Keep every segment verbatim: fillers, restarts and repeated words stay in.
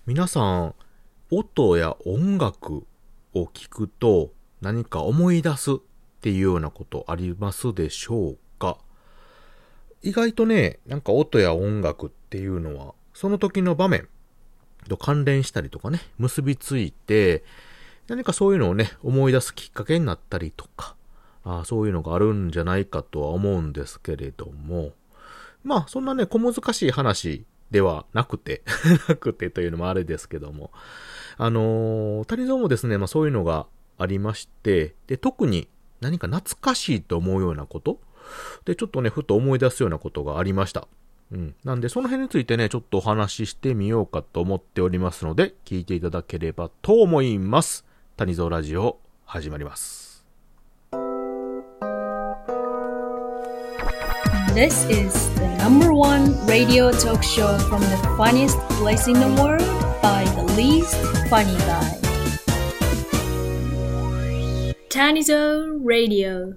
皆さん、音や音楽を聞くと何か思い出すっていうようなことありますでしょうか？意外とね、なんか音や音楽っていうのは、その時の場面と関連したりとかね、結びついて、何かそういうのをね、思い出すきっかけになったりとか、あそういうのがあるんじゃないかとは思うんですけれども、まあ、そんなね、小難しい話ではなくて、なくてというのもあれですけども、あのー、谷蔵もですね、まあそういうのがありまして、で、特に何か懐かしいと思うようなことで、ちょっとね、ふと思い出すようなことがありました。うん。なんで、その辺についてね、ちょっとお話ししてみようかと思っておりますので、聞いていただければと思います。谷蔵ラジオ、始まります。 This is the number one radio talk show from the funniest place in the world by the least funny guy. Tanizo Radio.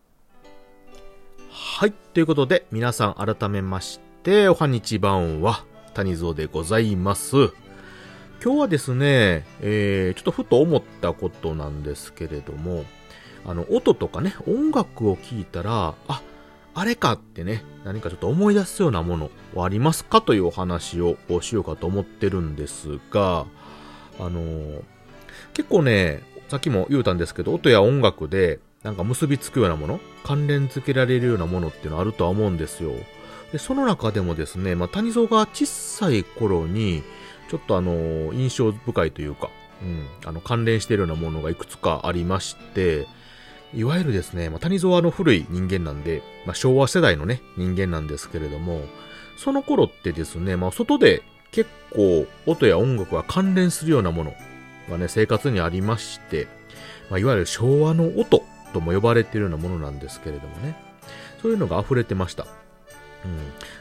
はい。ということで、皆さん改めまして、おはにちばんは、谷蔵でございます。今日はですね、えー、ちょっとふと思ったことなんですけれども、あの、音とかね、音楽を聞いたら、あ、あれかってね、何かちょっと思い出すようなものはありますかというお話をしようかと思ってるんですが、あのー、結構ね、さっきも言うたんですけど、音や音楽でなんか結びつくようなもの、関連付けられるようなものっていうのはあるとは思うんですよ。で、その中でもですね、まあ、谷蔵が小さい頃に、ちょっとあのー、印象深いというか、うん、あの、関連しているようなものがいくつかありまして、いわゆるですね、まあ、谷蔵はあの古い人間なんで、まあ、昭和世代のね、人間なんですけれども、その頃ってですね、まあ、外で結構音や音楽が関連するようなものがね、生活にありまして、まあ、いわゆる昭和の音とも呼ばれているようなものなんですけれどもね、そういうのが溢れてました。うん。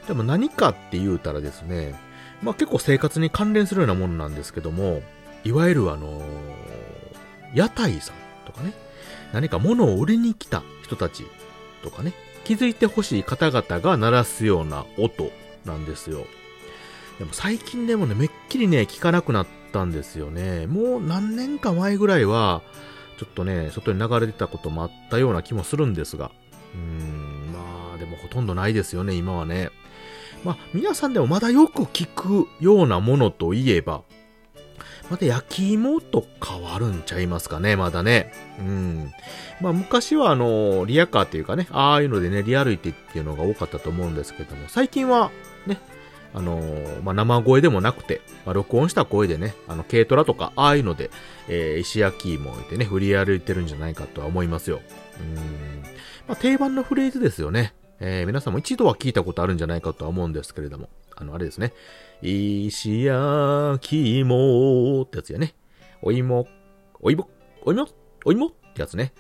でも何かって言うたらですね、まあ、結構生活に関連するようなものなんですけども、いわゆるあのー、屋台さんとかね、何か物を売りに来た人たちとかね、気づいてほしい方々が鳴らすような音なんですよ。でも最近でもね、めっきりね、聞かなくなったんですよね。もう何年か前ぐらいは、ちょっとね、外に流れてたこともあったような気もするんですが。うーん、まあ、でもほとんどないですよね、今はね。まあ、皆さんでもまだよく聞くようなものといえば、また焼き芋とかはあるんちゃいますかね、まだね。うん。まあ昔はあの、リアカーっていうかね、ああいうのでね、リ歩いてっていうのが多かったと思うんですけども、最近はね、あのー、まあ生声でもなくて、まあ録音した声でね、あの、軽トラとか、ああいうので、えー、石焼き芋を置いてね、振り歩いてるんじゃないかとは思いますよ。うん。まあ定番のフレーズですよね。えー、皆さんも一度は聞いたことあるんじゃないかとは思うんですけれども、あの、あれですね。石焼き芋ってやつやね。お芋、お芋、お芋、お芋ってやつね。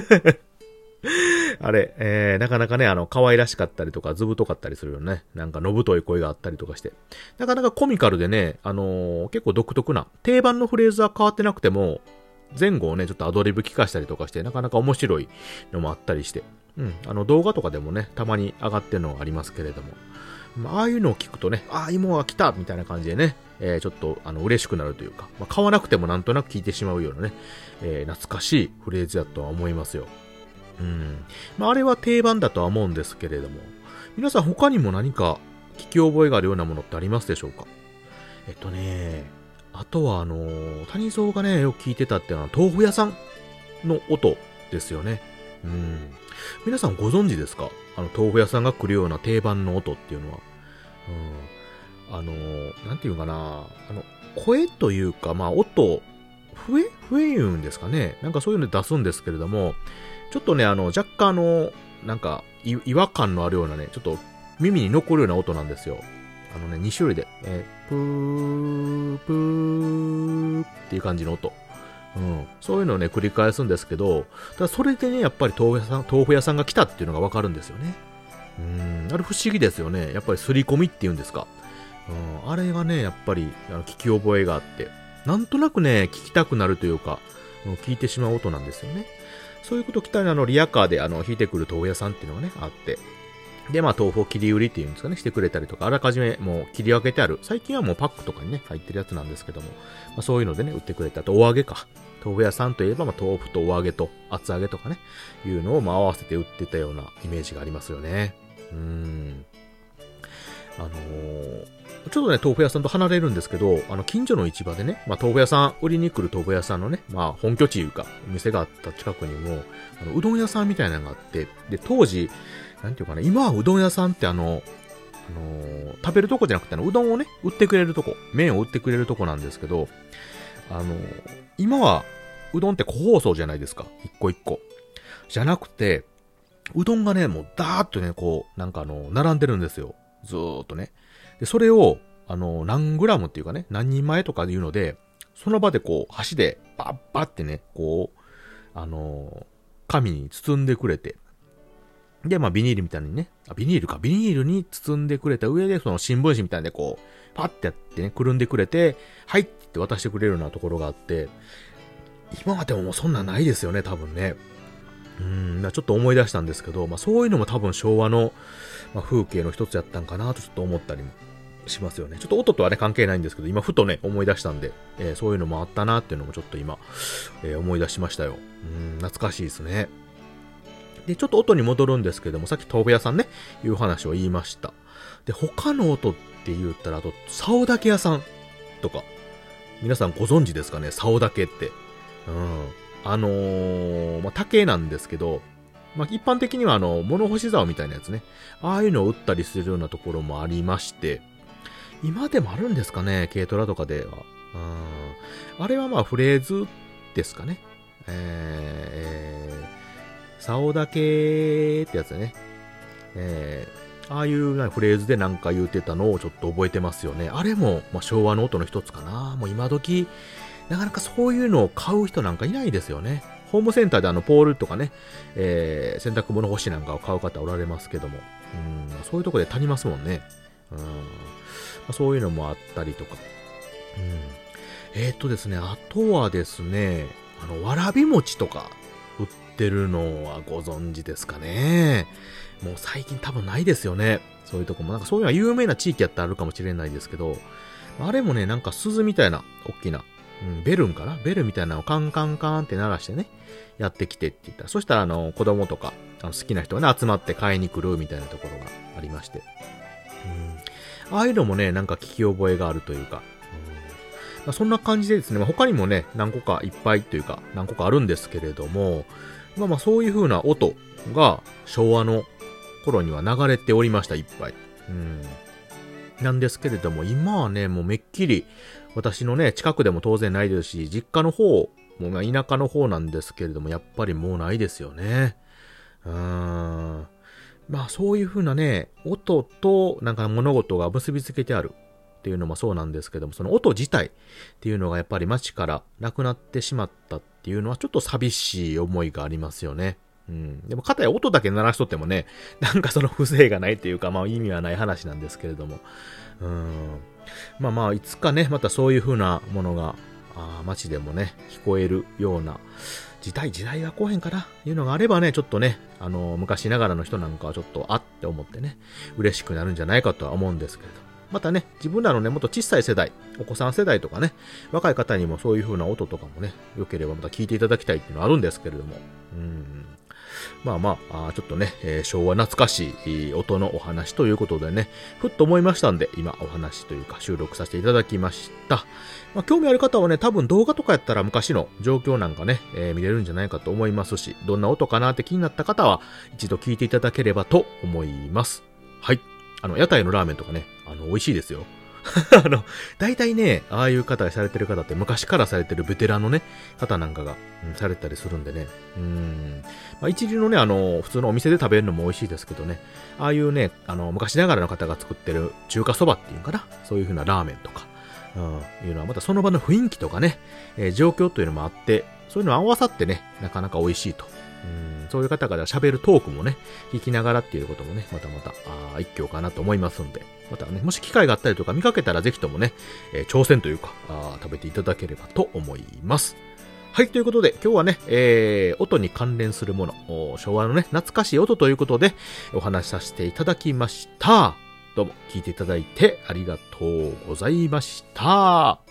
あれ、えー、なかなかね、あの、可愛らしかったりとか、ずぶとかったりするよね。なんか、のぶとい声があったりとかして。なかなかコミカルでね、あのー、結構独特な、定番のフレーズは変わってなくても、前後をね、ちょっとアドリブ聞かしたりとかして、なかなか面白いのもあったりして。うん、あの、動画とかでもね、たまに上がってるのがありますけれども。ああいうのを聞くとね、ああ、芋が来たみたいな感じでね、えー、ちょっと、あの、嬉しくなるというか、まあ、買わなくてもなんとなく聞いてしまうようなね、えー、懐かしいフレーズだとは思いますよ。うん。まあ、あれは定番だとは思うんですけれども、皆さん他にも何か聞き覚えがあるようなものってありますでしょうか？えっとね、あとはあのー、谷蔵がね、よく聞いてたっていうのは、豆腐屋さんの音ですよね。うん。皆さんご存知ですか？あの、豆腐屋さんが来るような定番の音っていうのは。うん。あのー、なんていうかな、あの、声というか、まあ、音、笛笛言うんですかね。なんかそういうの出すんですけれども、ちょっとね、あの、若干あの、なんか、違和感のあるようなね、ちょっと耳に残るような音なんですよ。あのね、に種類で、えー、プー、プーっていう感じの音。うん。そういうのをね、繰り返すんですけど、ただそれでね、やっぱり豆腐屋さん、豆腐屋さんが来たっていうのがわかるんですよね。うん。あれ不思議ですよね。やっぱり刷り込みっていうんですか。うん。あれがね、やっぱり、あの、聞き覚えがあって、なんとなくね、聞きたくなるというか、うん、聞いてしまう音なんですよね。そういうことを期待あの、リアカーであの、引いてくる豆腐屋さんっていうのがね、あって、 で、まあ、豆腐を切り売りっていうんですかね、してくれたりとか、あらかじめもう切り分けてある。最近はもうパックとかにね、入ってるやつなんですけども、まあ、そういうのでね、売ってくれた。あと、お揚げか。豆腐屋さんといえば、まあ、豆腐とお揚げと厚揚げとかね、いうのをまあ合わせて売ってたようなイメージがありますよね。うーん。あのー、ちょっとね、豆腐屋さんと離れるんですけど、あの、近所の市場でね、まあ、豆腐屋さん、売りに来る豆腐屋さんのね、まあ、本拠地いうか、お店があった近くにも、あの、うどん屋さんみたいなのがあって、で、当時、なんていうかな、今はうどん屋さんってあの、あのー、食べるとこじゃなくてあの、うどんをね、売ってくれるとこ、麺を売ってくれるとこなんですけど、あのー、今は、うどんって個包装じゃないですか。一個一個。じゃなくて、うどんがね、もうダーッとね、こう、なんかあの、並んでるんですよ。ずーっとね。で、それを、あの、何グラムっていうかね、何人前とかいうので、その場でこう、箸で、バッバッってね、こう、あの、紙に包んでくれて、で、まあ、ビニールみたいにね、あ、ビニールか、ビニールに包んでくれた上で、その新聞紙みたいでこう、パッてやってね、くるんでくれて、はいって渡してくれるようなところがあって、今はでももうそんなんないですよね、多分ね。うーん、ちょっと思い出したんですけど、まあそういうのも多分昭和の、まあ、風景の一つやったんかなとちょっと思ったりもしますよね。ちょっと音とはね関係ないんですけど、今ふとね思い出したんで、えー、そういうのもあったなっていうのもちょっと今、えー、思い出しましたよ。うーん、懐かしいですね。で、ちょっと音に戻るんですけども、さっき豆腐屋さんね、いう話を言いました。で、他の音って言ったら、あと、竿竹屋さんとか、皆さんご存知ですかね、竿竹って。うん。あのー、まあ、竹なんですけど、まあ、一般的にはあの、物干し竿みたいなやつね。ああいうのを売ったりするようなところもありまして、今でもあるんですかね、軽トラとかでは。うん。あれはまあ、フレーズですかね。えー、竿竹ってやつね。えー、ああいうフレーズでなんか言うてたのをちょっと覚えてますよね。あれも、まあ、昭和の音の一つかな。もう今時、なかなかそういうのを買う人なんかいないですよね。ホームセンターであのポールとかね、えー、洗濯物干しなんかを買う方おられますけども、うん、そういうとこで足りますもんね。うん、まあ、そういうのもあったりとか。うん、えー、っとですね、あとはですね、あの、わらび餅とか売ってるのはご存知ですかね。もう最近多分ないですよね。そういうとこも。なんかそういうのは有名な地域やったらあるかもしれないですけど、あれもね、なんか鈴みたいな、大きな、うん、ベルンかなベルみたいなのをカンカンカンって鳴らしてね、やってきてって言ったら、そしたらあの、子供とか、あの好きな人がね、集まって買いに来るみたいなところがありまして。うん、ああいうのもね、なんか聞き覚えがあるというか、うん、まあ、そんな感じでですね、まあ、他にもね、何個かいっぱいというか、何個かあるんですけれども、まあまあそういう風な音が昭和の頃には流れておりました、いっぱい。うん、なんですけれども、今はね、もうめっきり、私のね、近くでも当然ないですし、実家の方、もう田舎の方なんですけれども、やっぱりもうないですよね。うーん。まあそういう風なね、音となんか物事が結びつけてあるっていうのもそうなんですけども、その音自体っていうのがやっぱり街からなくなってしまったっていうのはちょっと寂しい思いがありますよね。うん。でも、かたや音だけ鳴らしとってもね、なんかその風情がないっていうか、まあ意味はない話なんですけれども。うん。まあまあ、いつかね、またそういう風なものが、あ街でもね、聞こえるような、時代、時代が来へんかな、いうのがあればね、ちょっとね、あの、昔ながらの人なんかはちょっと、あって思ってね、嬉しくなるんじゃないかとは思うんですけれど。またね、自分らのね、もっと小さい世代、お子さん世代とかね、若い方にもそういう風な音とかもね、良ければまた聞いていただきたいっていうのはあるんですけれども、うん。まあまあ、あちょっとね、えー、昭和懐かしい音のお話ということでね、ふっと思いましたんで、今お話というか収録させていただきました。まあ、興味ある方はね、多分動画とかやったら昔の状況なんかね、えー、見れるんじゃないかと思いますし、どんな音かなって気になった方は、一度聞いていただければと思います。はい。あの、屋台のラーメンとかね、あの、美味しいですよ。あの、大体ね、ああいう方がされてる方って昔からされてるベテランのね、方なんかが、うん、されたりするんでね。うーん。まあ、一流のね、あの、普通のお店で食べるのも美味しいですけどね、ああいうね、あの、昔ながらの方が作ってる中華そばっていうかな、そういう風なラーメンとか、うん、いうのはまたその場の雰囲気とかね、えー、状況というのもあって、そういうの合わさってね、なかなか美味しいと。うん、そういう方々が喋るトークもね、聞きながらっていうこともね、またまた、あ一興かなと思いますんで、またね、もし機会があったりとか見かけたらぜひともね、えー、挑戦というかあ、食べていただければと思います。 はい、ということで、今日はね、えー、音に関連するもの、昭和のね、懐かしい音ということで、お話しさせていただきました。どうも、聞いていただいてありがとうございました。